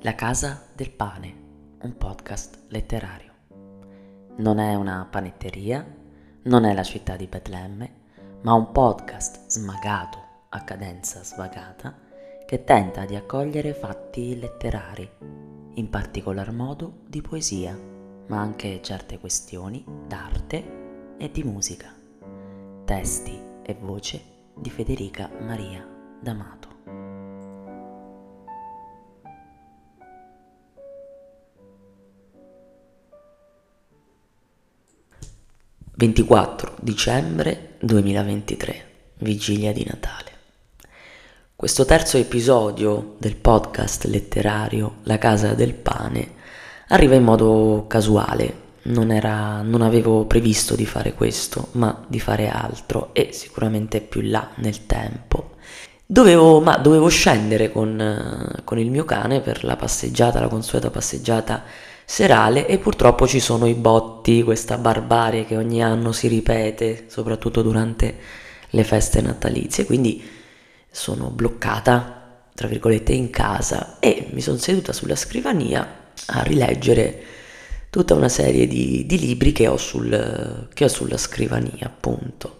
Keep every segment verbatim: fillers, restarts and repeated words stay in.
La Casa del Pane, un podcast letterario. Non è una panetteria, non è la città di Betlemme, ma un podcast smagato a cadenza svagata che tenta di accogliere fatti letterari, in particolar modo di poesia, ma anche certe questioni d'arte e di musica. Testi e voce di Federica Maria D'Amato. ventiquattro dicembre duemilaventitré, vigilia di Natale. Questo terzo episodio del podcast letterario La Casa del Pane arriva in modo casuale. Non era, non avevo previsto di fare questo, ma di fare altro e sicuramente più in là nel tempo. Dovevo, ma dovevo scendere con, con il mio cane per la passeggiata, la consueta passeggiata serale, e purtroppo ci sono i botti, questa barbarie che ogni anno si ripete, soprattutto durante le feste natalizie. Quindi sono bloccata, tra virgolette, in casa e mi sono seduta sulla scrivania a rileggere tutta una serie di, di libri che ho, sul, che ho sulla scrivania, appunto.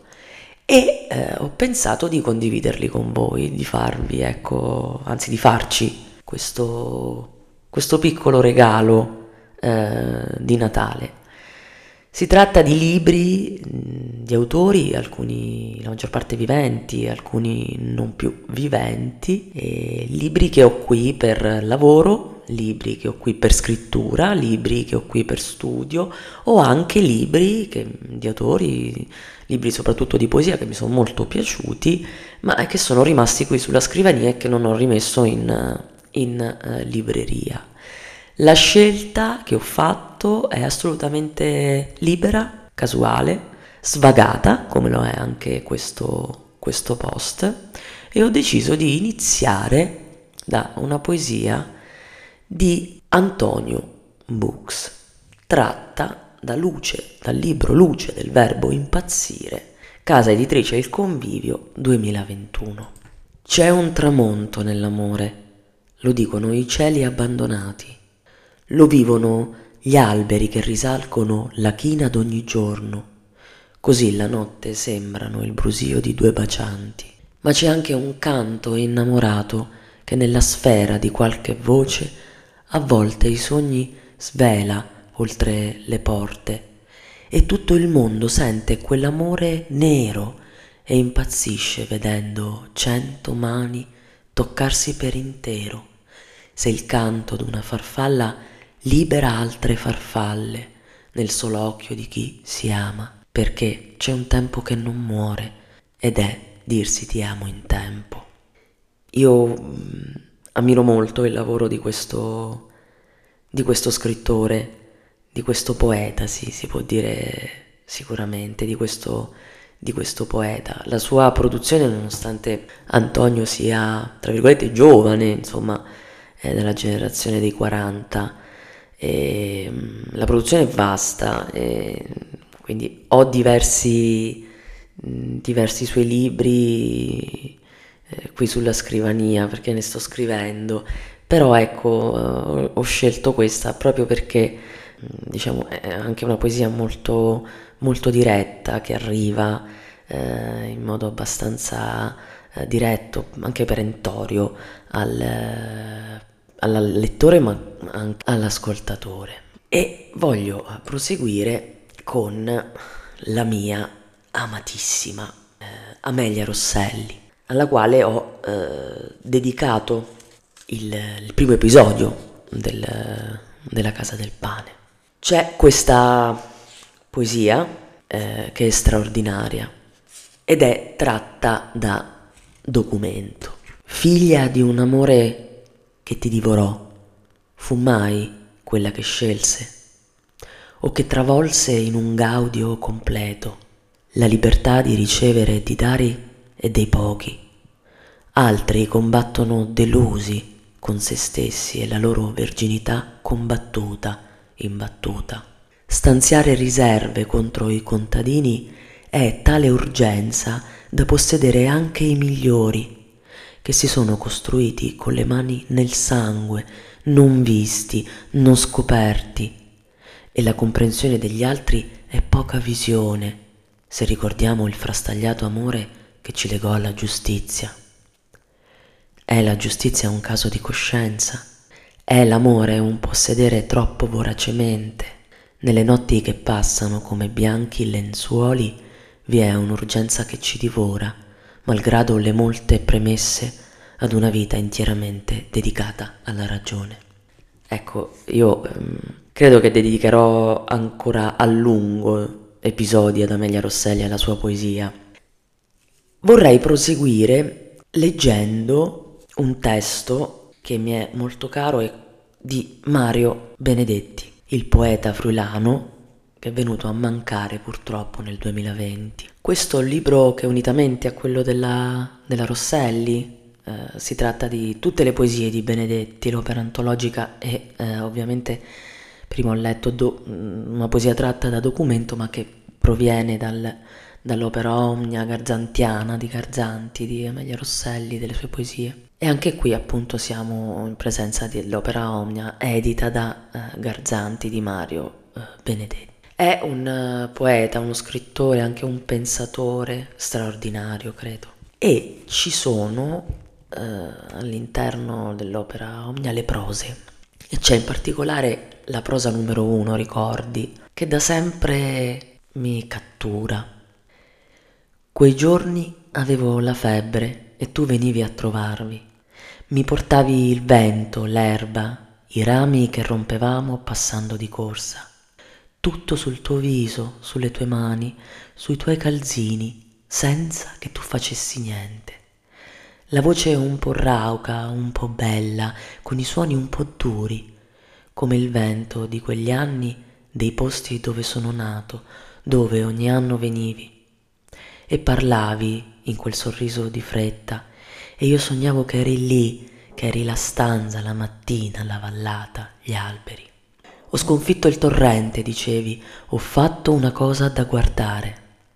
E eh, ho pensato di condividerli con voi, di farvi, ecco, anzi di farci questo, questo piccolo regalo eh, di Natale. Si tratta di libri mh, di autori, alcuni, la maggior parte viventi, alcuni non più viventi, e libri che ho qui per lavoro, libri che ho qui per scrittura, libri che ho qui per studio, o anche libri che, di autori, libri soprattutto di poesia che mi sono molto piaciuti, ma che sono rimasti qui sulla scrivania e che non ho rimesso in, in uh, libreria. La scelta che ho fatto è assolutamente libera, casuale, svagata, come lo è anche questo, questo post, e ho deciso di iniziare da una poesia di Antonio Bux, tratta da Luce, dal libro Luce del verbo impazzire, casa editrice Il Convivio duemilaventuno. C'è un tramonto nell'amore, lo dicono i cieli abbandonati, lo vivono gli alberi che risalgono la china d'ogni giorno, così la notte sembrano il brusio di due bacianti. Ma c'è anche un canto innamorato che nella sfera di qualche voce a volte i sogni svela oltre le porte, e tutto il mondo sente quell'amore nero e impazzisce vedendo cento mani toccarsi per intero. Se il canto d'una farfalla libera altre farfalle nel solo occhio di chi si ama, perché c'è un tempo che non muore ed è dirsi ti amo in tempo. Io mh, ammiro molto il lavoro di questo, di questo scrittore, di questo poeta, sì, si può dire sicuramente, di questo, di questo poeta. La sua produzione, nonostante Antonio sia, tra virgolette, giovane, insomma, è della generazione dei quaranta, e la produzione è vasta, e quindi ho diversi, diversi suoi libri eh, qui sulla scrivania perché ne sto scrivendo, però ecco, eh, ho scelto questa proprio perché diciamo è anche una poesia molto, molto diretta, che arriva eh, in modo abbastanza eh, diretto, anche perentorio al al lettore ma anche all'ascoltatore. E voglio proseguire con la mia amatissima eh, Amelia Rosselli, alla quale ho eh, dedicato il, il primo episodio del, della Casa del Pane. C'è questa poesia eh, che è straordinaria ed è tratta da Documento. Figlia di un amore che ti divorò, fu mai quella che scelse, o che travolse in un gaudio completo la libertà di ricevere e di dare e dei pochi. Altri combattono delusi con se stessi e la loro verginità combattuta, imbattuta. Stanziare riserve contro i contadini è tale urgenza da possedere anche i migliori, che si sono costruiti con le mani nel sangue, non visti, non scoperti, e la comprensione degli altri è poca visione, se ricordiamo il frastagliato amore che ci legò alla giustizia. È la giustizia un caso di coscienza? È l'amore un possedere troppo voracemente? Nelle notti che passano come bianchi lenzuoli vi è un'urgenza che ci divora, malgrado le molte premesse ad una vita interamente dedicata alla ragione. Ecco, io ehm, credo che dedicherò ancora a lungo episodi ad Amelia Rosselli e alla sua poesia. Vorrei proseguire leggendo un testo che mi è molto caro e di Mario Benedetti, il poeta friulano che è venuto a mancare purtroppo nel duemilaventi. Questo libro che unitamente a quello della, della Rosselli eh, si tratta di tutte le poesie di Benedetti, l'opera antologica e eh, ovviamente prima ho letto do, una poesia tratta da documento ma che proviene dal, dall'opera Omnia garzantiana di Garzanti, di Amelia Rosselli, delle sue poesie. E anche qui appunto siamo in presenza dell'opera Omnia edita da eh, Garzanti di Mario eh, Benedetti. È un uh, poeta, uno scrittore, anche un pensatore straordinario, credo. E ci sono uh, all'interno dell'opera Omnia le prose. E c'è in particolare la prosa numero uno, ricordi, che da sempre mi cattura. Quei giorni avevo la febbre e tu venivi a trovarmi. Mi portavi il vento, l'erba, i rami che rompevamo passando di corsa. Tutto sul tuo viso, sulle tue mani, sui tuoi calzini, senza che tu facessi niente. La voce un po' rauca, un po' bella, con i suoni un po' duri, come il vento di quegli anni dei posti dove sono nato, dove ogni anno venivi. E parlavi in quel sorriso di fretta, e io sognavo che eri lì, che eri la stanza, la mattina, la vallata, gli alberi. Ho sconfitto il torrente, dicevi, ho fatto una cosa da guardare.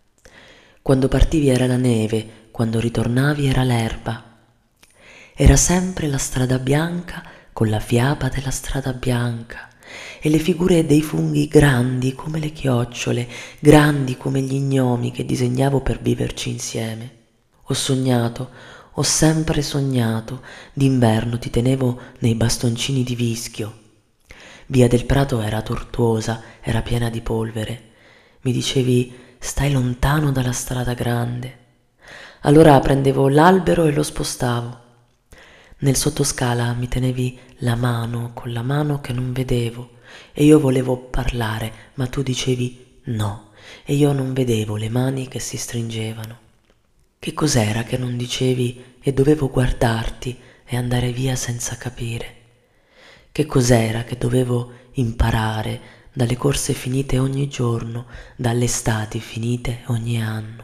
Quando partivi era la neve, quando ritornavi era l'erba. Era sempre la strada bianca con la fiaba della strada bianca e le figure dei funghi grandi come le chiocciole, grandi come gli gnomi che disegnavo per viverci insieme. Ho sognato, ho sempre sognato, d'inverno ti tenevo nei bastoncini di vischio. Via del Prato era tortuosa, era piena di polvere. Mi dicevi, stai lontano dalla strada grande. Allora prendevo l'albero e lo spostavo. Nel sottoscala mi tenevi la mano con la mano che non vedevo e io volevo parlare, ma tu dicevi no e io non vedevo le mani che si stringevano. Che cos'era che non dicevi e dovevo guardarti e andare via senza capire? Che cos'era che dovevo imparare dalle corse finite ogni giorno, dalle estati finite ogni anno?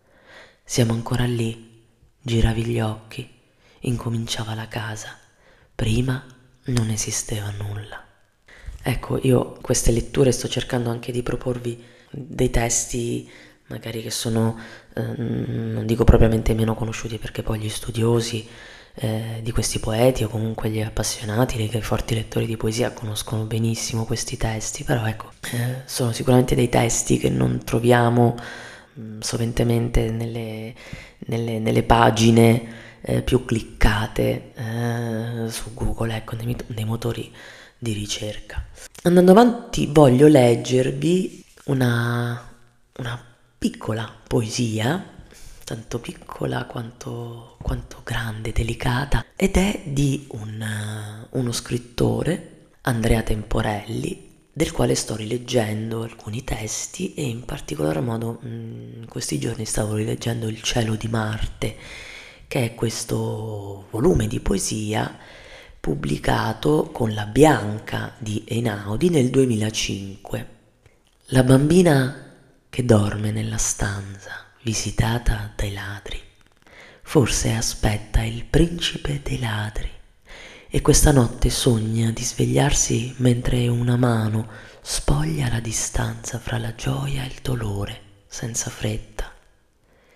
Siamo ancora lì, giravi gli occhi, incominciava la casa, prima non esisteva nulla. Ecco, io queste letture sto cercando anche di proporvi dei testi magari che sono, eh, non dico propriamente meno conosciuti perché poi gli studiosi Eh, di questi poeti o comunque gli appassionati, i forti lettori di poesia conoscono benissimo questi testi, però ecco, eh, sono sicuramente dei testi che non troviamo mh, soventemente nelle, nelle, nelle pagine eh, più cliccate eh, su Google, ecco, nei, nei motori di ricerca. Andando avanti voglio leggervi una, una piccola poesia, tanto piccola quanto, quanto grande, delicata, ed è di un, uh, uno scrittore, Andrea Temporelli, del quale sto rileggendo alcuni testi e in particolar modo mh, in questi giorni stavo rileggendo Il cielo di Marte, che è questo volume di poesia pubblicato con La Bianca di Einaudi nel duemilacinque. La bambina che dorme nella stanza visitata dai ladri, forse aspetta il principe dei ladri e questa notte sogna di svegliarsi mentre una mano spoglia la distanza fra la gioia e il dolore senza fretta.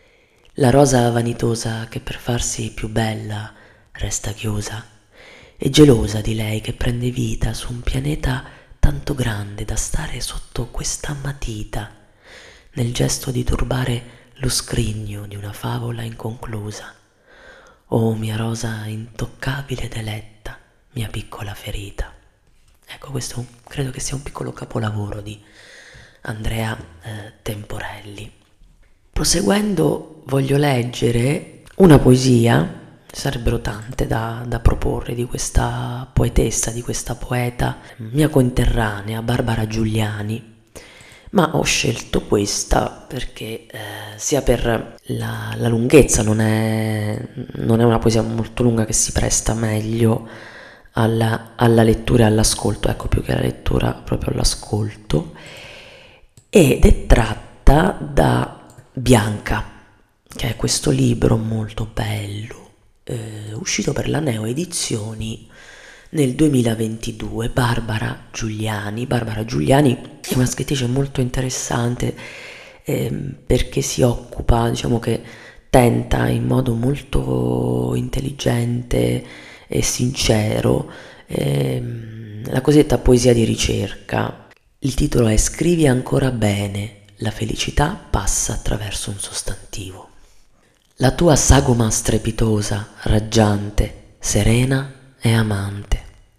La rosa vanitosa che per farsi più bella resta chiusa, e gelosa di lei che prende vita su un pianeta tanto grande da stare sotto questa matita, nel gesto di turbare lo scrigno di una favola inconclusa. Oh, mia rosa intoccabile ed eletta, mia piccola ferita. Ecco, questo credo che sia un piccolo capolavoro di Andrea eh, Temporelli. Proseguendo, voglio leggere una poesia, sarebbero tante da, da proporre, di questa poetessa, di questa poeta mia cointerranea, Barbara Giuliani, ma ho scelto questa perché eh, sia per la, la lunghezza, non è, non è una poesia molto lunga che si presta meglio alla, alla lettura e all'ascolto, ecco, più che alla lettura proprio all'ascolto, ed è tratta da Bianca, che è questo libro molto bello, eh, uscito per la Neo Edizioni nel duemilaventidue. Barbara Giuliani. Barbara Giuliani è una scrittrice molto interessante eh, perché si occupa, diciamo che tenta in modo molto intelligente e sincero eh, la cosiddetta poesia di ricerca. Il titolo è Scrivi ancora bene, la felicità passa attraverso un sostantivo. La tua sagoma strepitosa, raggiante, serena e amante.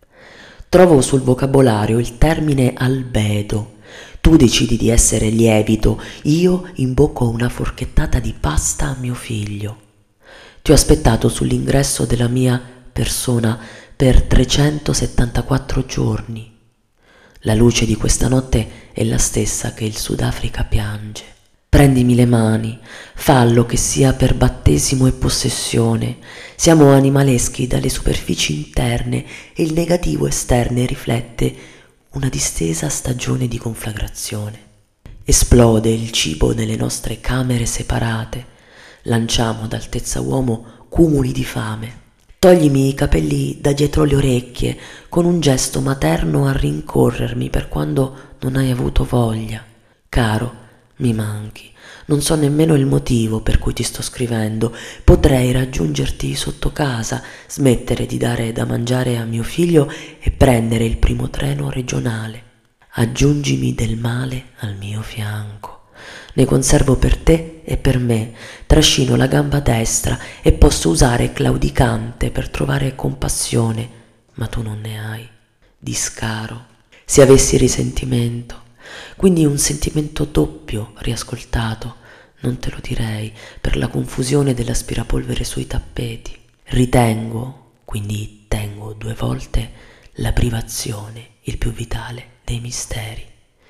Trovo sul vocabolario il termine albedo. Tu decidi di essere lievito, io imbocco una forchettata di pasta a mio figlio. Ti ho aspettato sull'ingresso della mia persona per trecentosettantaquattro giorni. La luce di questa notte è la stessa che il Sudafrica piange. Prendimi le mani, fallo che sia per battesimo e possessione. Siamo animaleschi dalle superfici interne e il negativo esterne riflette una distesa stagione di conflagrazione. Esplode il cibo nelle nostre camere separate. Lanciamo ad altezza uomo cumuli di fame. Toglimi i capelli da dietro le orecchie con un gesto materno a rincorrermi per quando non hai avuto voglia. Caro, mi manchi. Non so nemmeno il motivo per cui ti sto scrivendo. Potrei raggiungerti sotto casa, smettere di dare da mangiare a mio figlio e prendere il primo treno regionale. Aggiungimi del male al mio fianco. Ne conservo per te e per me, trascino la gamba destra e posso usare claudicante per trovare compassione, ma tu non ne hai. Discaro, se avessi risentimento, quindi un sentimento doppio riascoltato, non te lo direi per la confusione dell'aspirapolvere sui tappeti. Ritengo, quindi tengo due volte, la privazione, il più vitale dei misteri.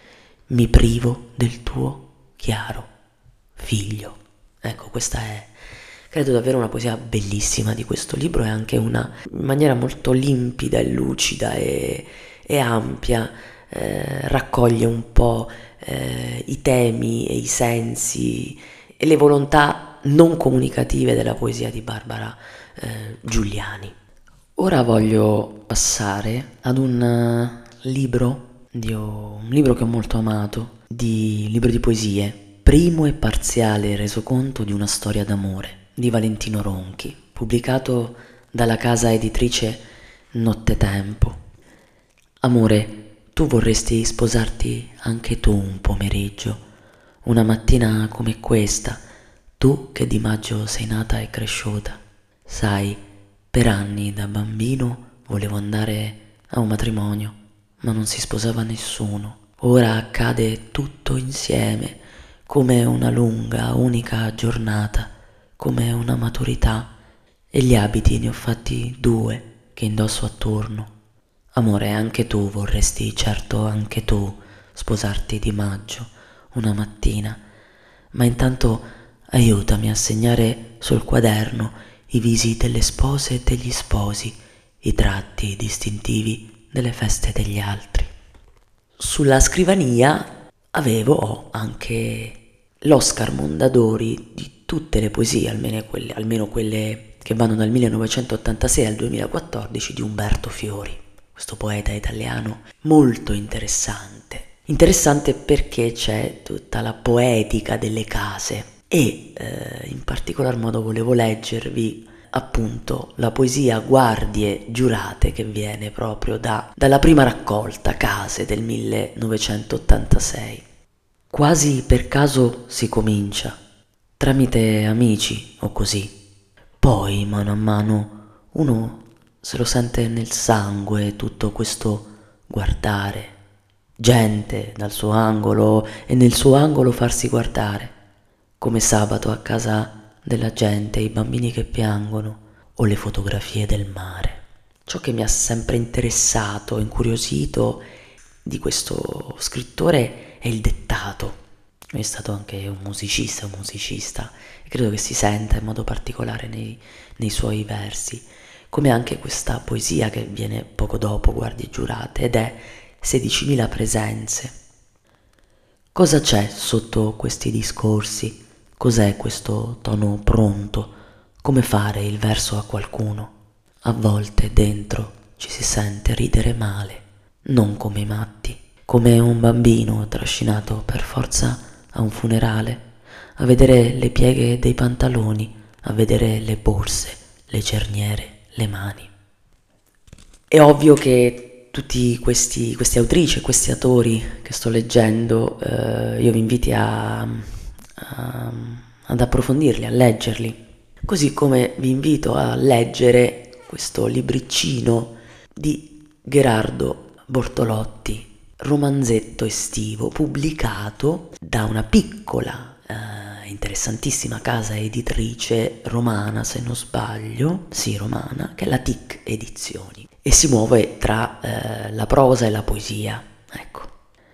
Mi privo del tuo chiaro figlio. Ecco, questa è, credo, davvero una poesia bellissima di questo libro, e anche una in maniera molto limpida e lucida e, e ampia eh, raccoglie un po' eh, i temi e i sensi e le volontà non comunicative della poesia di Barbara eh, Giuliani. Ora voglio passare ad un uh, libro di un libro che ho molto amato, di libro di poesie, Primo e parziale resoconto di una storia d'amore, di Valentino Ronchi, pubblicato dalla casa editrice Nottetempo. Amore, tu vorresti sposarti anche tu un pomeriggio, una mattina come questa, tu che di maggio sei nata e cresciuta. Sai, per anni da bambino volevo andare a un matrimonio, ma non si sposava nessuno. Ora accade tutto insieme, come una lunga, unica giornata, come una maturità, e gli abiti ne ho fatti due che indosso a turno. Amore, anche tu vorresti, certo anche tu, sposarti di maggio, una mattina, ma intanto aiutami a segnare sul quaderno i visi delle spose e degli sposi, i tratti distintivi delle feste degli altri. Sulla scrivania avevo ho anche l'Oscar Mondadori di tutte le poesie, almeno quelle, almeno quelle che vanno dal millenovecentottantasei al duemilaquattordici, di Umberto Fiori, questo poeta italiano molto interessante. Interessante perché c'è tutta la poetica delle case e eh, in particolar modo volevo leggervi appunto la poesia Guardie giurate, che viene proprio da, dalla prima raccolta Case del millenovecentottantasei. Quasi per caso si comincia, tramite amici o così. Poi, mano a mano, uno se lo sente nel sangue tutto questo guardare. Gente dal suo angolo e nel suo angolo farsi guardare. Come sabato a casa della gente, i bambini che piangono o le fotografie del mare. Ciò che mi ha sempre interessato, incuriosito di questo scrittore è il dettato. Lui è stato anche un musicista, un musicista, e credo che si senta in modo particolare nei, nei suoi versi, come anche questa poesia che viene poco dopo, Guardie giurate, ed è sedicimila presenze. Cosa c'è sotto questi discorsi? Cos'è questo tono pronto? Come fare il verso a qualcuno? A volte dentro ci si sente ridere male, non come i matti, come un bambino trascinato per forza a un funerale, a vedere le pieghe dei pantaloni, a vedere le borse, le cerniere, le mani. È ovvio che tutti questi, questi autrici e questi autori che sto leggendo, eh, io vi inviti a, a, ad approfondirli, a leggerli, così come vi invito a leggere questo libricino di Gherardo Bortolotti, romanzetto estivo, pubblicato da una piccola, eh, interessantissima casa editrice romana, se non sbaglio, sì, romana, che è la T I C Edizioni, e si muove tra eh, la prosa e la poesia, ecco.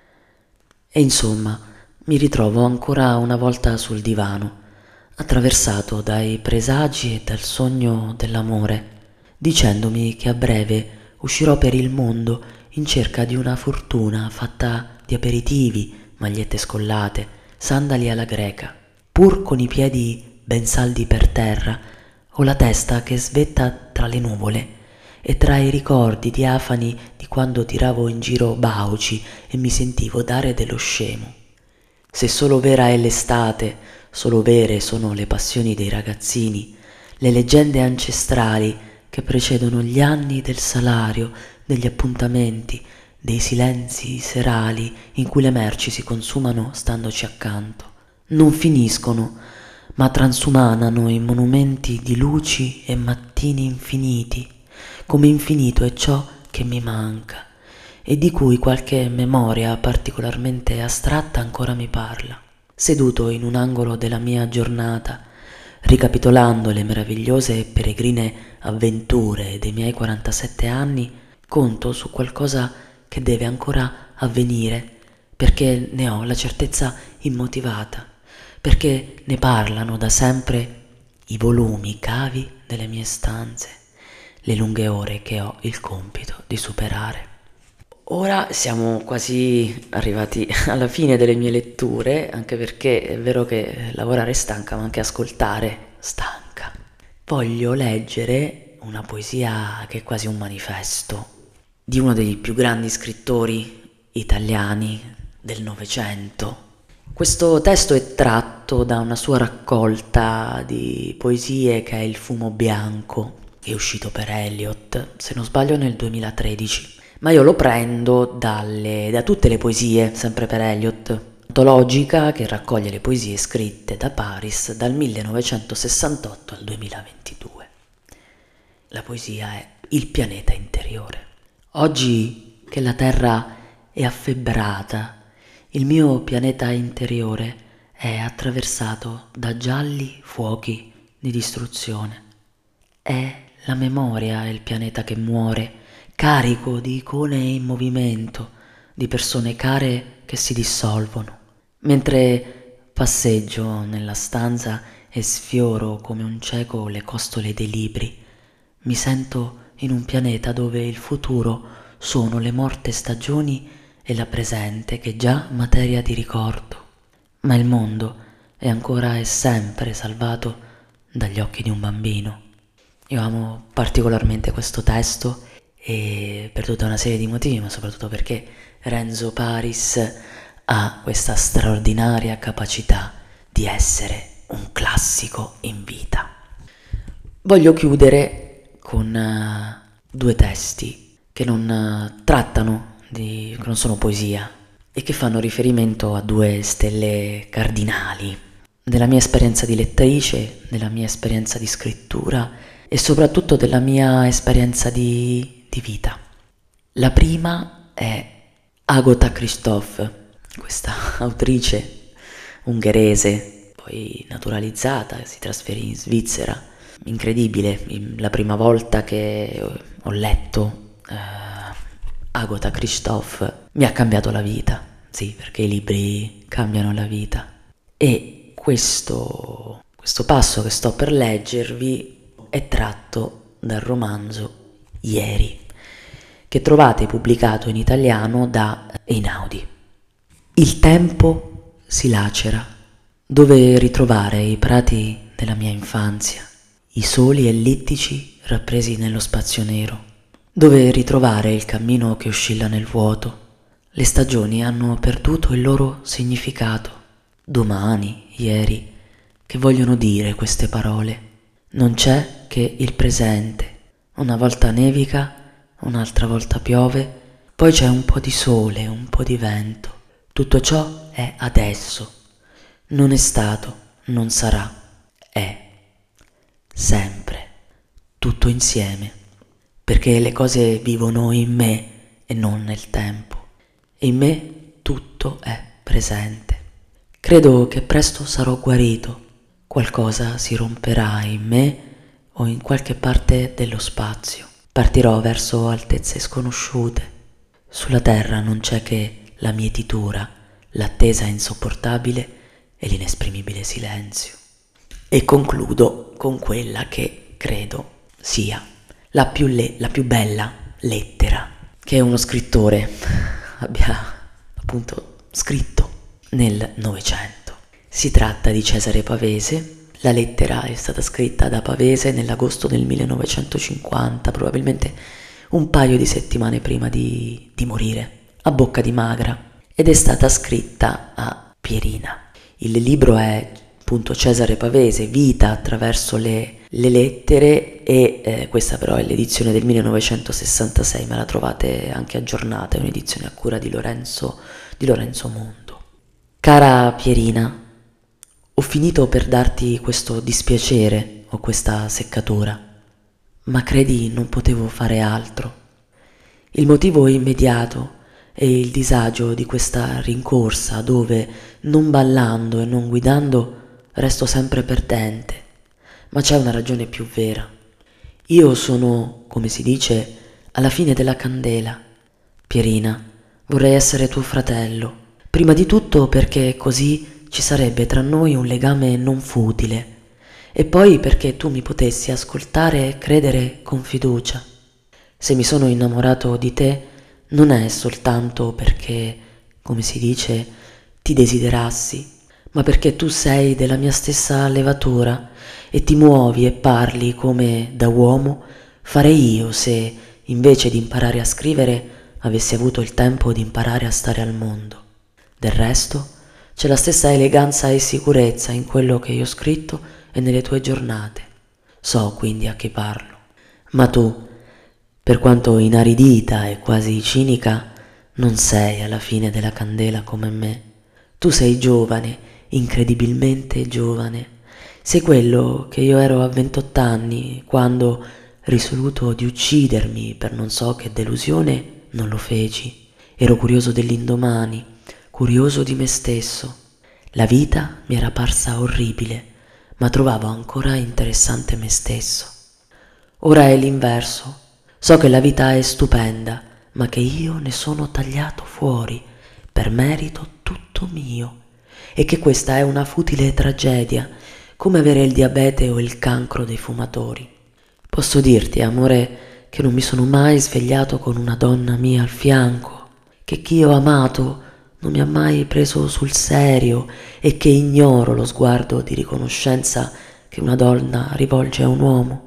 E insomma, mi ritrovo ancora una volta sul divano, attraversato dai presagi e dal sogno dell'amore, dicendomi che a breve uscirò per il mondo in cerca di una fortuna fatta di aperitivi, magliette scollate, sandali alla greca, pur con i piedi ben saldi per terra, o la testa che svetta tra le nuvole, e tra i ricordi diafani di quando tiravo in giro bauci e mi sentivo dare dello scemo. Se solo vera è l'estate, solo vere sono le passioni dei ragazzini, le leggende ancestrali che precedono gli anni del salario, degli appuntamenti, dei silenzi serali in cui le merci si consumano standoci accanto. Non finiscono, ma transumanano in monumenti di luci e mattini infiniti, come infinito è ciò che mi manca e di cui qualche memoria particolarmente astratta ancora mi parla. Seduto in un angolo della mia giornata, ricapitolando le meravigliose e peregrine avventure dei miei quarantasette anni, conto su qualcosa che deve ancora avvenire, perché ne ho la certezza immotivata, perché ne parlano da sempre i volumi cavi delle mie stanze, le lunghe ore che ho il compito di superare. Ora siamo quasi arrivati alla fine delle mie letture, anche perché è vero che lavorare stanca, ma anche ascoltare stanca. Voglio leggere una poesia che è quasi un manifesto di uno dei più grandi scrittori italiani del Novecento. Questo testo è tratto da una sua raccolta di poesie che è Il fumo bianco, che è uscito per Eliot, se non sbaglio nel duemilatredici. Ma io lo prendo dalle, da tutte le poesie, sempre per Eliot, antologica che raccoglie le poesie scritte da Paris dal millenovecentosessantotto al duemilaventidue. La poesia è Il pianeta interiore. Oggi che la Terra è affebbrata, il mio pianeta interiore è attraversato da gialli fuochi di distruzione. È la memoria il pianeta che muore, carico di icone in movimento, di persone care che si dissolvono. Mentre passeggio nella stanza e sfioro come un cieco le costole dei libri, mi sento in un pianeta dove il futuro sono le morte stagioni e la presente che è già materia di ricordo. Ma il mondo è ancora e sempre salvato dagli occhi di un bambino. Io amo particolarmente questo testo e per tutta una serie di motivi, ma soprattutto perché Renzo Paris ha questa straordinaria capacità di essere un classico in vita. Voglio chiudere con uh, due testi che non uh, trattano di, che non sono poesia e che fanno riferimento a due stelle cardinali della mia esperienza di lettrice, della mia esperienza di scrittura e soprattutto della mia esperienza di, di vita. La prima è Agota Christoph, questa autrice ungherese, poi naturalizzata, si trasferì in Svizzera. Incredibile, la prima volta che ho letto eh, Agota Christoph mi ha cambiato la vita, sì, perché i libri cambiano la vita. E questo, questo passo che sto per leggervi è tratto dal romanzo Ieri, che trovate pubblicato in italiano da Einaudi. Il tempo si lacera, dove ritrovare i prati della mia infanzia, i soli ellittici rappresi nello spazio nero, dove ritrovare il cammino che oscilla nel vuoto. Le stagioni hanno perduto il loro significato. Domani, ieri, che vogliono dire queste parole? Non c'è che il presente. Una volta nevica, un'altra volta piove, poi c'è un po' di sole, un po' di vento. Tutto ciò è adesso. Non è stato, non sarà, è. Sempre, tutto insieme, perché le cose vivono in me e non nel tempo, e in me tutto è presente. Credo che presto sarò guarito, qualcosa si romperà in me o in qualche parte dello spazio. Partirò verso altezze sconosciute. Sulla terra non c'è che la mietitura, l'attesa insopportabile e l'inesprimibile silenzio. E concludo con quella che credo sia la più, le- la più bella lettera che uno scrittore abbia appunto scritto nel Novecento. Si tratta di Cesare Pavese. La lettera è stata scritta da Pavese nell'agosto del millenovecentocinquanta, probabilmente un paio di settimane prima di, di morire, a bocca di magra, ed è stata scritta a Pierina. Il libro è appunto Cesare Pavese, Vita attraverso le, le lettere, e eh, questa però è l'edizione del millenovecentosessantasei, ma la trovate anche aggiornata, è un'edizione a cura di Lorenzo, di Lorenzo Mondo. Cara Pierina, ho finito per darti questo dispiacere o questa seccatura, ma credi non potevo fare altro. Il motivo immediato è il disagio di questa rincorsa dove, non ballando e non guidando, resto sempre perdente, ma c'è una ragione più vera. Io sono, come si dice, alla fine della candela. Pierina, vorrei essere tuo fratello, prima di tutto perché così ci sarebbe tra noi un legame non futile, e poi perché tu mi potessi ascoltare e credere con fiducia. Se mi sono innamorato di te, non è soltanto perché, come si dice, ti desiderassi, ma perché tu sei della mia stessa levatura e ti muovi e parli come da uomo farei io se, invece di imparare a scrivere, avessi avuto il tempo di imparare a stare al mondo. Del resto, c'è la stessa eleganza e sicurezza in quello che io ho scritto e nelle tue giornate. So quindi a chi parlo. Ma tu, per quanto inaridita e quasi cinica, non sei alla fine della candela come me. Tu sei giovane, incredibilmente giovane. Sei quello che io ero a ventotto anni, quando, risoluto di uccidermi per non so che delusione, non lo feci. Ero curioso dell'indomani, curioso di me stesso. La vita mi era parsa orribile, ma trovavo ancora interessante me stesso. Ora è l'inverso. So che la vita è stupenda, ma che io ne sono tagliato fuori, per merito tutto mio, e che questa è una futile tragedia, come avere il diabete o il cancro dei fumatori. Posso dirti, amore, che non mi sono mai svegliato con una donna mia al fianco, che chi ho amato non mi ha mai preso sul serio e che ignoro lo sguardo di riconoscenza che una donna rivolge a un uomo.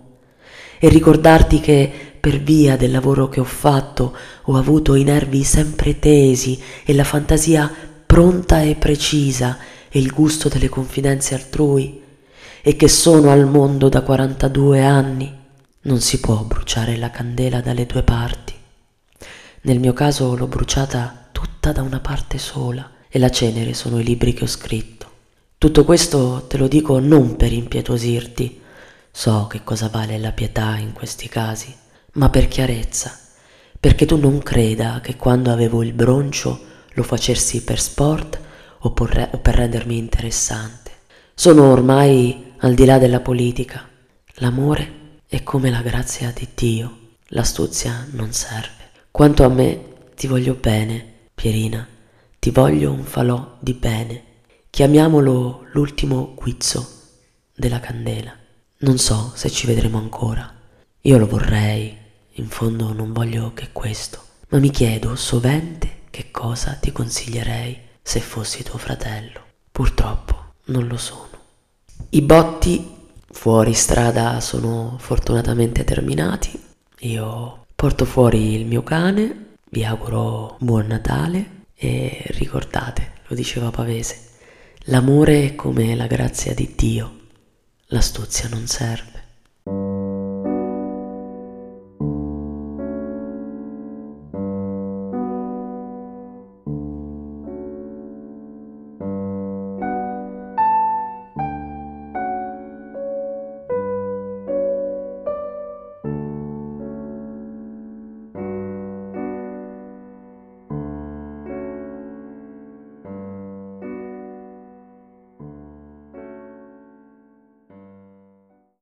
E ricordarti che per via del lavoro che ho fatto ho avuto i nervi sempre tesi e la fantasia pronta e precisa e il gusto delle confidenze altrui, e che sono al mondo da quarantadue anni. Non si può bruciare la candela dalle due parti. Nel mio caso l'ho bruciata tutta da una parte sola e la cenere sono i libri che ho scritto. Tutto questo te lo dico non per impietosirti, so che cosa vale la pietà in questi casi, ma per chiarezza, perché tu non creda che quando avevo il broncio lo facessi per sport o per, o per rendermi interessante. Sono ormai al di là della politica. L'amore è come la grazia di Dio, l'astuzia non serve. Quanto a me, ti voglio bene, Pierina, ti voglio un falò di bene. Chiamiamolo l'ultimo guizzo della candela. Non so se ci vedremo ancora. Io lo vorrei, in fondo non voglio che questo, ma mi chiedo sovente che cosa ti consiglierei se fossi tuo fratello. Purtroppo non lo sono. I botti fuori strada sono fortunatamente terminati. Io porto fuori il mio cane, vi auguro buon Natale e ricordate, lo diceva Pavese, l'amore è come la grazia di Dio, l'astuzia non serve.